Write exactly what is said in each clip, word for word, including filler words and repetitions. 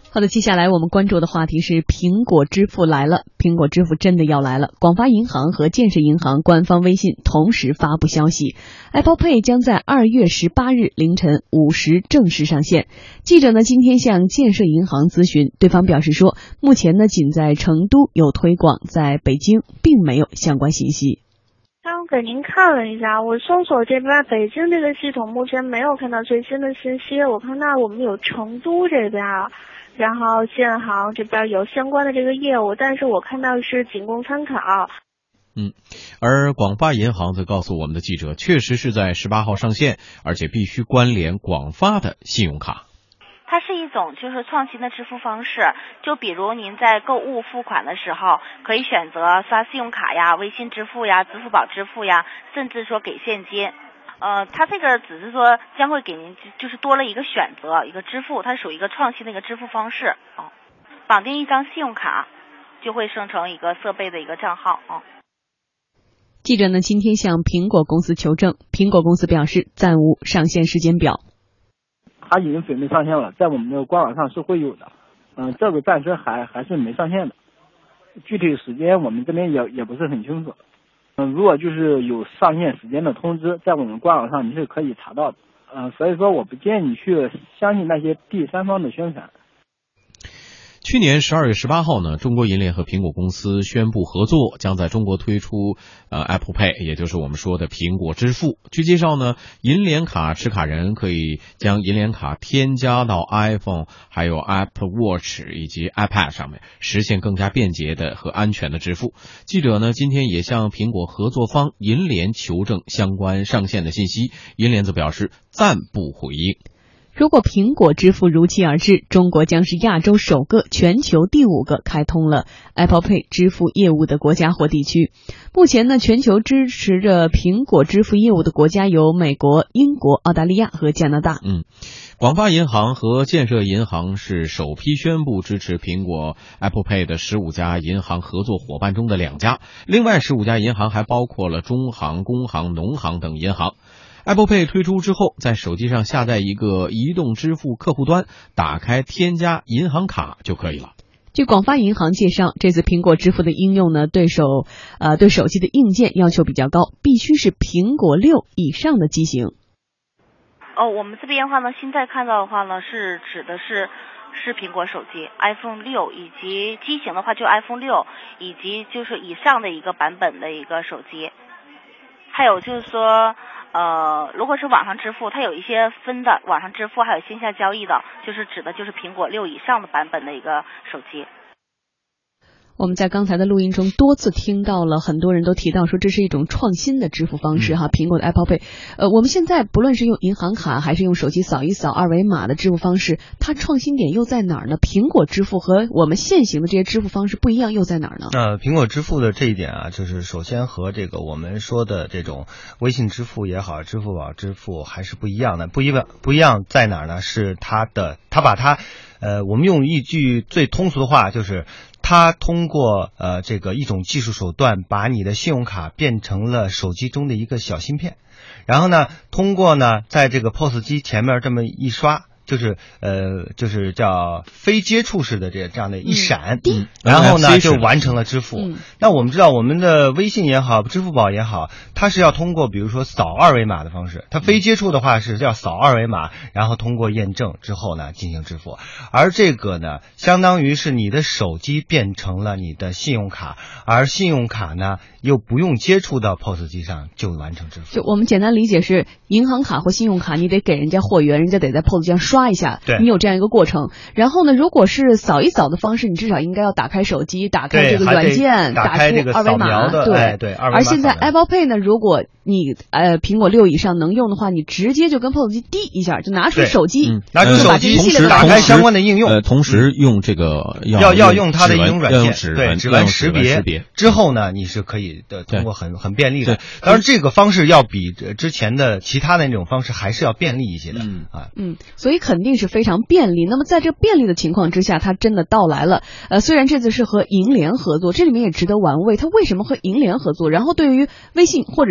好的，接下来我们关注的话题是苹果支付来了，苹果支付真的要来了。广发银行和建设银行官方微信同时发布消息 ，Apple Pay 将在二月十八日凌晨五时正式上线。记者呢今天向建设银行咨询，对方表示说，目前呢仅在成都有推广，在北京并没有相关信息。 刚给您看了一下，我搜索这边北京这个系统目前没有看到最新的信息，我看到我们有成都这边。然后建行这边有相关的这个业务，但是我看到是仅供参考。 嗯，而广发银行则告诉我们的记者，确实是在十八号上线，而且必须关联广发的信用卡。 它是一种就是创新的支付方式，就比如您在购物付款的时候，可以选择刷信用卡呀、微信支付呀、支付宝支付呀，甚至说给现金。呃，它这个只是说将会给您就是多了一个选择，一个支付，它属于一个创新的一个支付方式啊。绑定一张信用卡，就会生成一个设备的一个账号啊。 记者呢今天向苹果公司求证，苹果公司表示暂无上线时间表。 它已经准备上线了，在我们的官网上是会有的，嗯、呃，这个暂时还还是没上线的，具体时间我们这边也也不是很清楚。嗯，如果就是有上线时间的通知，在我们官网上你是可以查到的。嗯、呃，所以说我不建议你去相信那些第三方的宣传。 去年十二月十八号呢，中国银联和苹果公司宣布合作，将在中国推出呃 Apple Pay， 也就是我们说的苹果支付。据介绍呢，银联卡持卡人可以将银联卡添加到 iPhone、还有 Apple Watch 以及 iPad 上面，实现更加便捷的和安全的支付。记者呢今天也向苹果合作方银联求证相关上线的信息，银联则表示暂不回应。 如果苹果支付如期而至，中国将是亚洲首个、全球第五个开通了 Apple Pay 支付业务的国家或地区。目前呢，全球支持着苹果支付业务的国家有美国、英国、澳大利亚和加拿大。 嗯，广发银行和建设银行是首批宣布支持苹果 Apple Pay 的十五家银行合作伙伴中的两家，另外十五家银行还包括了中行、工行、农行等银行。Apple Pay 推出之后，在手机上下载一个移动支付客户端，打开添加银行卡就可以了。 据广发银行介绍，这次苹果支付的应用呢，对手呃对手机的硬件要求比较高，必须是苹果六以上的机型。 哦，我们这边的话呢，现在看到的话呢，是指的是是苹果手机 iPhone 六，以及机型的话就 iPhone 六，以及就是以上的一个版本的一个手机。还有就是说呃，如果是网上支付，它有一些分的网上支付，还有线下交易的，就是指的就是苹果六以上的版本的一个手机。 我们在刚才的录音中多次听到了很多人都提到说这是一种创新的支付方式哈，苹果的 Apple Pay， 呃，我们现在不论是用银行卡还是用手机扫一扫二维码的支付方式，它创新点又在哪儿呢？苹果支付和我们现行的这些支付方式不一样又在哪儿呢？ 呃，苹果支付的这一点啊，就是首先和这个我们说的这种微信支付也好，支付宝支付还是不一样的。不一样不一样在哪儿呢？是它的，它把它，呃，我们用一句最通俗的话就是。它通过呃这个一种技术手段，把你的信用卡变成了手机中的一个小芯片，然后呢，通过呢在这个 P O S 机前面这么一刷，就是呃就是叫非接触式的这这样的一闪， 嗯， 然后呢就完成了支付。 嗯、 那我们知道我们的微信也好，支付宝也好，它是要通过比如说扫二维码的方式，它非接触的话是要扫二维码，然后通过验证之后呢进行支付。而这个呢，相当于是你的手机变成了你的信用卡，而信用卡呢又不用接触到 P O S 机上就完成支付。 就我们简单理解是，银行卡或信用卡你得给人家货源，人家得在 P O S 机上刷一下， 对， 你有这样一个过程。然后呢，如果是扫一扫的方式，你至少应该要打开手机，打开这个软件， 打开这个二维码， 对、哎、对。 而现在 Apple Pay 呢，如果你呃苹果六以上能用的话，你直接就跟 P O S 机滴一下，就拿出手机， 嗯、 拿出手机， 同时打开相关的应用， 呃，同时用这个要要要用它的应用软件， 指对，指纹识别之后呢，你是可以的通过很很便利的。当然，这个方式要比之前的其他的那种方式还是要便利一些的， 嗯啊， 嗯，所以肯定是非常便利。那么在这便利的情况之下，它真的到来了。呃，虽然这次是和银联合作，这里面也值得玩味，它为什么和银联合作？然后对于微信或者是支付宝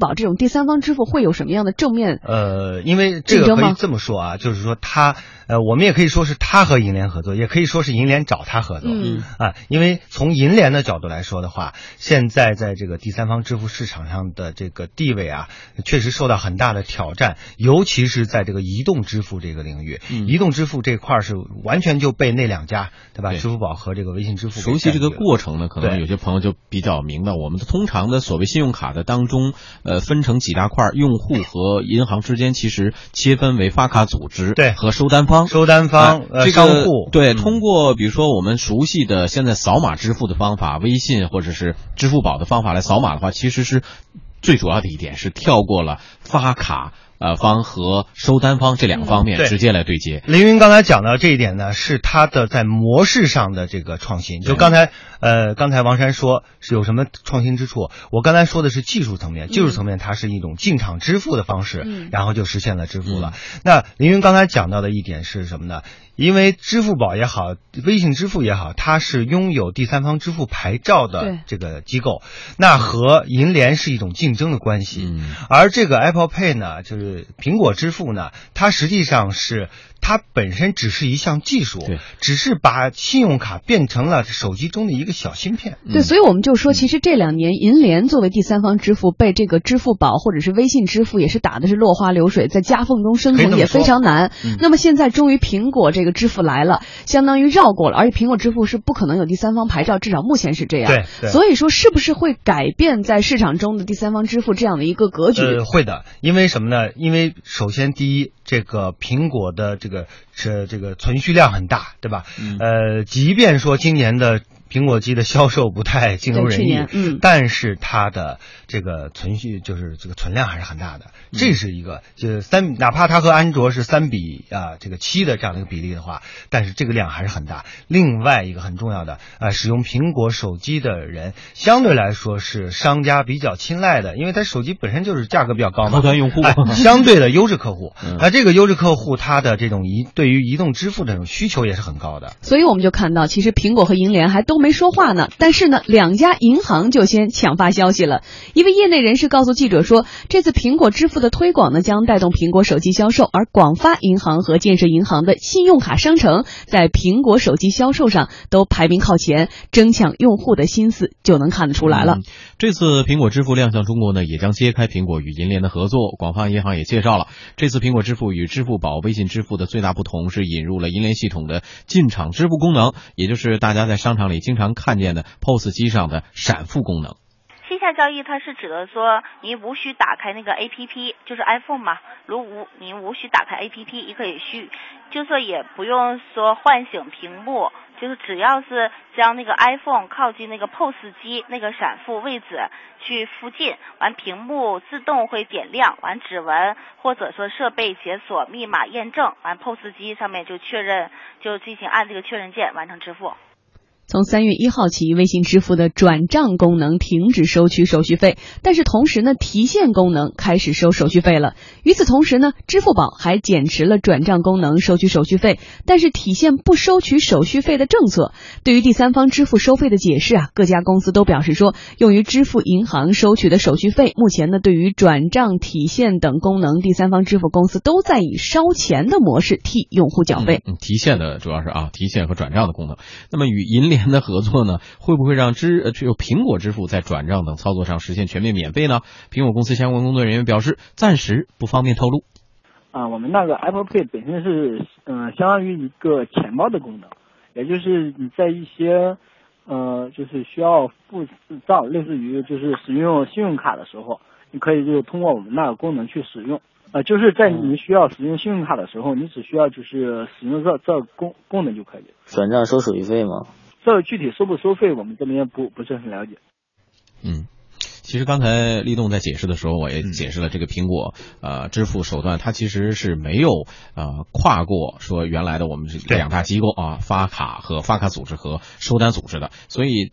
宝这种第三方支付会有什么样的正面？ 呃，因为这个可以这么说啊，就是说它呃，我们也可以说是它和银联合作，也可以说是银联找它合作。 嗯啊，因为从银联的角度来说的话，现在在这个第三方支付市场上的这个地位啊，确实受到很大的挑战，尤其是在这个移动支付这个领域， 嗯、 移动支付这块是完全就被那两家，对吧？对，支付宝和这个微信支付。 熟悉这个过程呢，可能有些朋友就比较明白，我们通常的所谓信用卡的当中，呃，分成几大块，用户和银行之间其实切分为发卡组织对和收单方， 收单方、 呃、 这个商户对、 嗯， 通过比如说我们熟悉的现在扫码支付的方法，微信或者是支付宝的方法来扫码的话，其实是最主要的一点是跳过了发卡呃方和收单方这两个方面、嗯、直接来对接。 凌云刚才讲到这一点呢，是他的在模式上的这个创新。就刚才呃刚才王珊说是有什么创新之处，我刚才说的是技术层面，技术层面它是一种进场支付的方式，嗯、然后就实现了支付了。嗯、那凌云刚才讲到的一点是什么呢？因为支付宝也好，微信支付也好，它是拥有第三方支付牌照的这个机构，那和银联是一种竞争的关系。嗯、而这个 Apple Pay 呢，就是苹果支付呢，它实际上是它本身只是一项技术，只是把信用卡变成了手机中的一个小芯片。 对，所以我们就说，其实这两年银联作为第三方支付，被这个支付宝或者是微信支付也是打的是落花流水，在夹缝中生存也非常难。嗯、那么现在终于苹果这个支付来了，相当于绕过了，而且苹果支付是不可能有第三方牌照，至少目前是这样。 对，对所以说是不是会改变在市场中的第三方支付这样的一个格局？ 呃，会的，因为什么呢？因为首先第一，这个苹果的这个是这个存续量很大，对吧？嗯、呃，即便说今年的苹果机的销售不太尽如人意， 嗯， 但是它的这个存续就是这个存量还是很大的，嗯、这是一个就是三，哪怕它和安卓是三比啊这个七的这样的一个比例的话，但是这个量还是很大。另外一个很重要的，呃，使用苹果手机的人相对来说是商家比较青睐的，因为它手机本身就是价格比较高嘛， 高端用户， 哎、相对的优质客户。那、嗯呃、这个优质客户，它的这种移对于移动支付这种需求也是很高的。 所以我们就看到，其实苹果和银联还都没说话呢，但是呢，两家银行就先抢发消息了。一位业内人士告诉记者说，这次苹果支付的推广呢，将带动苹果手机销售，而广发银行和建设银行的信用卡商城在苹果手机销售上都排名靠前，争抢用户的心思就能看得出来了。 嗯、这次苹果支付亮相中国呢，也将揭开苹果与银联的合作。广发银行也介绍了，这次苹果支付与支付宝、微信支付的最大不同是引入了银联系统的进场支付功能，也就是大家在商场里经常看见的 P O S 机上的闪付功能。 线下交易它是指的说，您无需打开那个 A P P， 就是 iPhone 嘛，如无您无需打开 A P P， 也可以需，就说也不用说唤醒屏幕，就是只要是将那个 iPhone 靠近那个 P O S 机那个闪付位置去附近，完屏幕自动会点亮，完指纹或者说设备解锁密码验证，完 P O S 机上面就确认，就进行按这个确认键完成支付。 从三月一号起，微信支付的转账功能停止收取手续费，但是同时呢，提现功能开始收手续费了。与此同时呢，支付宝还减持了转账功能收取手续费，但是体现不收取手续费的政策。对于第三方支付收费的解释啊，各家公司都表示说，用于支付银行收取的手续费，目前呢，对于转账、体现等功能，第三方支付公司都在以烧钱的模式替用户缴费。 嗯，嗯提现的主要是啊，提现和转账的功能。那么与银联的合作呢，会不会让支呃只有苹果支付在转账等操作上实现全面免费呢？苹果公司相关工作人员表示，暂时不方便透露。 啊，我们那个 Apple Pay 本身是嗯、呃、相当于一个钱包的功能，也就是你在一些呃就是需要付账，类似于就是使用信用卡的时候，你可以就通过我们那个功能去使用。呃，就是在你需要使用信用卡的时候，你只需要就是使用这这功功能就可以。 转账收手续费吗？ 这个具体收不收费，我们这边不不是很了解。 嗯。其实刚才立栋在解释的时候，我也解释了这个苹果呃支付手段，它其实是没有呃跨过说原来的我们这两大机构啊发卡和发卡组织和收单组织的，所以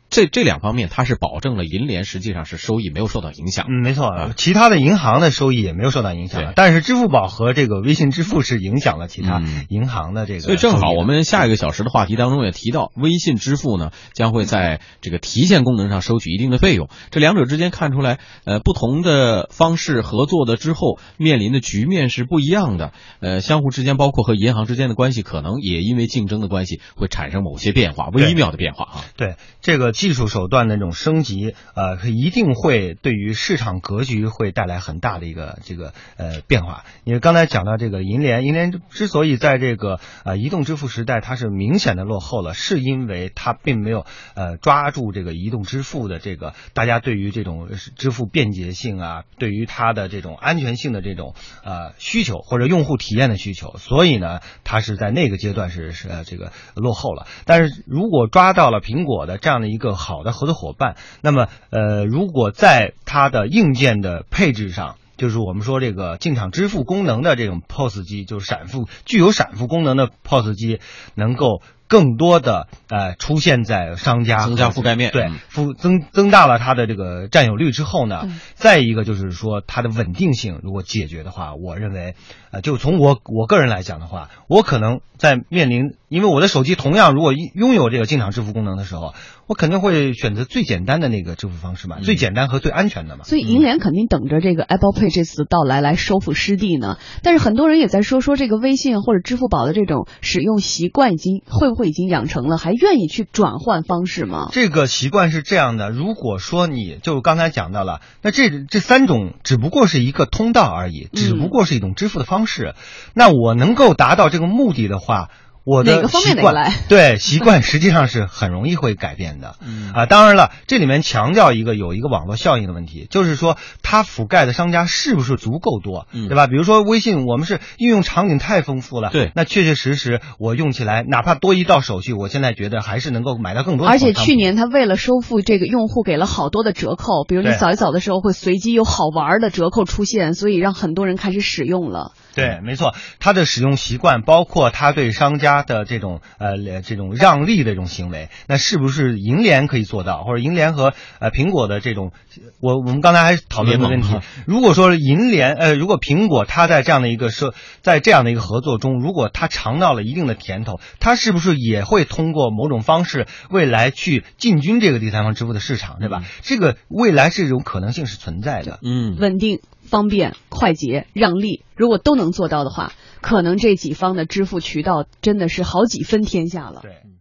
这这两方面它是保证了银联实际上是收益没有受到影响。 嗯，没错， 啊、 其他的银行的收益也没有受到影响，但是支付宝和这个微信支付是影响了其他银行的这个。 所以正好我们下一个小时的话题当中也提到，微信支付呢将会在这个提现功能上收取一定的费用，这两者之间看出来，呃，不同的方式合作的之后面临的局面是不一样的，呃，相互之间包括和银行之间的关系可能也因为竞争的关系会产生某些变化，微妙的变化啊。 对，这个技术手段的这种升级，呃，一定会对于市场格局会带来很大的一个这个呃变化。因为刚才讲到这个银联，银联之所以在这个呃移动支付时代它是明显的落后了，是因为它并没有呃抓住这个移动支付的这个大家对于这种支付便捷性啊，对于它的这种安全性的这种呃需求或者用户体验的需求，所以呢，它是在那个阶段是是呃这个落后了。但是如果抓到了苹果的这样的一个好的合作伙伴，那么呃如果在它的硬件的配置上，就是我们说这个进场支付功能的这种 P O S 机，就是闪付具有闪付功能的 P O S 机，能够更多的呃出现在商家， 增加覆盖面， 对，增增增大了它的这个占有率之后呢， 嗯、 再一个就是说它的稳定性如果解决的话，我认为呃就从我我个人来讲的话，我可能在面临，因为我的手机同样如果拥有这个进场支付功能的时候，我肯定会选择最简单的那个支付方式嘛，嗯、最简单和最安全的嘛。 所以银联肯定等着这个 Apple Pay 这次到来来收复失地呢。但是很多人也在说说这个微信或者支付宝的这种使用习惯已经会不会已经养成了，还愿意去转换方式吗？ 这个习惯是这样的，如果说你就刚才讲到了，那这这三种只不过是一个通道而已，只不过是一种支付的方式。嗯、那我能够达到这个目的的话，我的哪个方面得来？ 对，习惯实际上是很容易会改变的。 嗯啊，当然了，这里面强调一个有一个网络效应的问题，就是说它覆盖的商家是不是足够多， 嗯、 对吧？比如说微信，我们是应用场景太丰富了， 对， 那确确实实我用起来，哪怕多一道手续，我现在觉得还是能够买到更多的。 而且去年他为了收复这个用户，给了好多的折扣，比如你扫一扫的时候会随机有好玩的折扣出现，所以让很多人开始使用了。 对，没错，他的使用习惯，包括他对商家的这种呃这种让利的这种行为，那是不是银联可以做到，或者银联和呃苹果的这种，我我们刚才还讨论一个问题，如果说银联呃如果苹果它在这样的一个社在这样的一个合作中，如果它尝到了一定的甜头，它是不是也会通过某种方式未来去进军这个第三方支付的市场，对吧？嗯、这个未来是一种可能性是存在的。 嗯， 稳定、方便、快捷、让利，如果都能做到的话，可能这几方的支付渠道真的是好几分天下了。 对。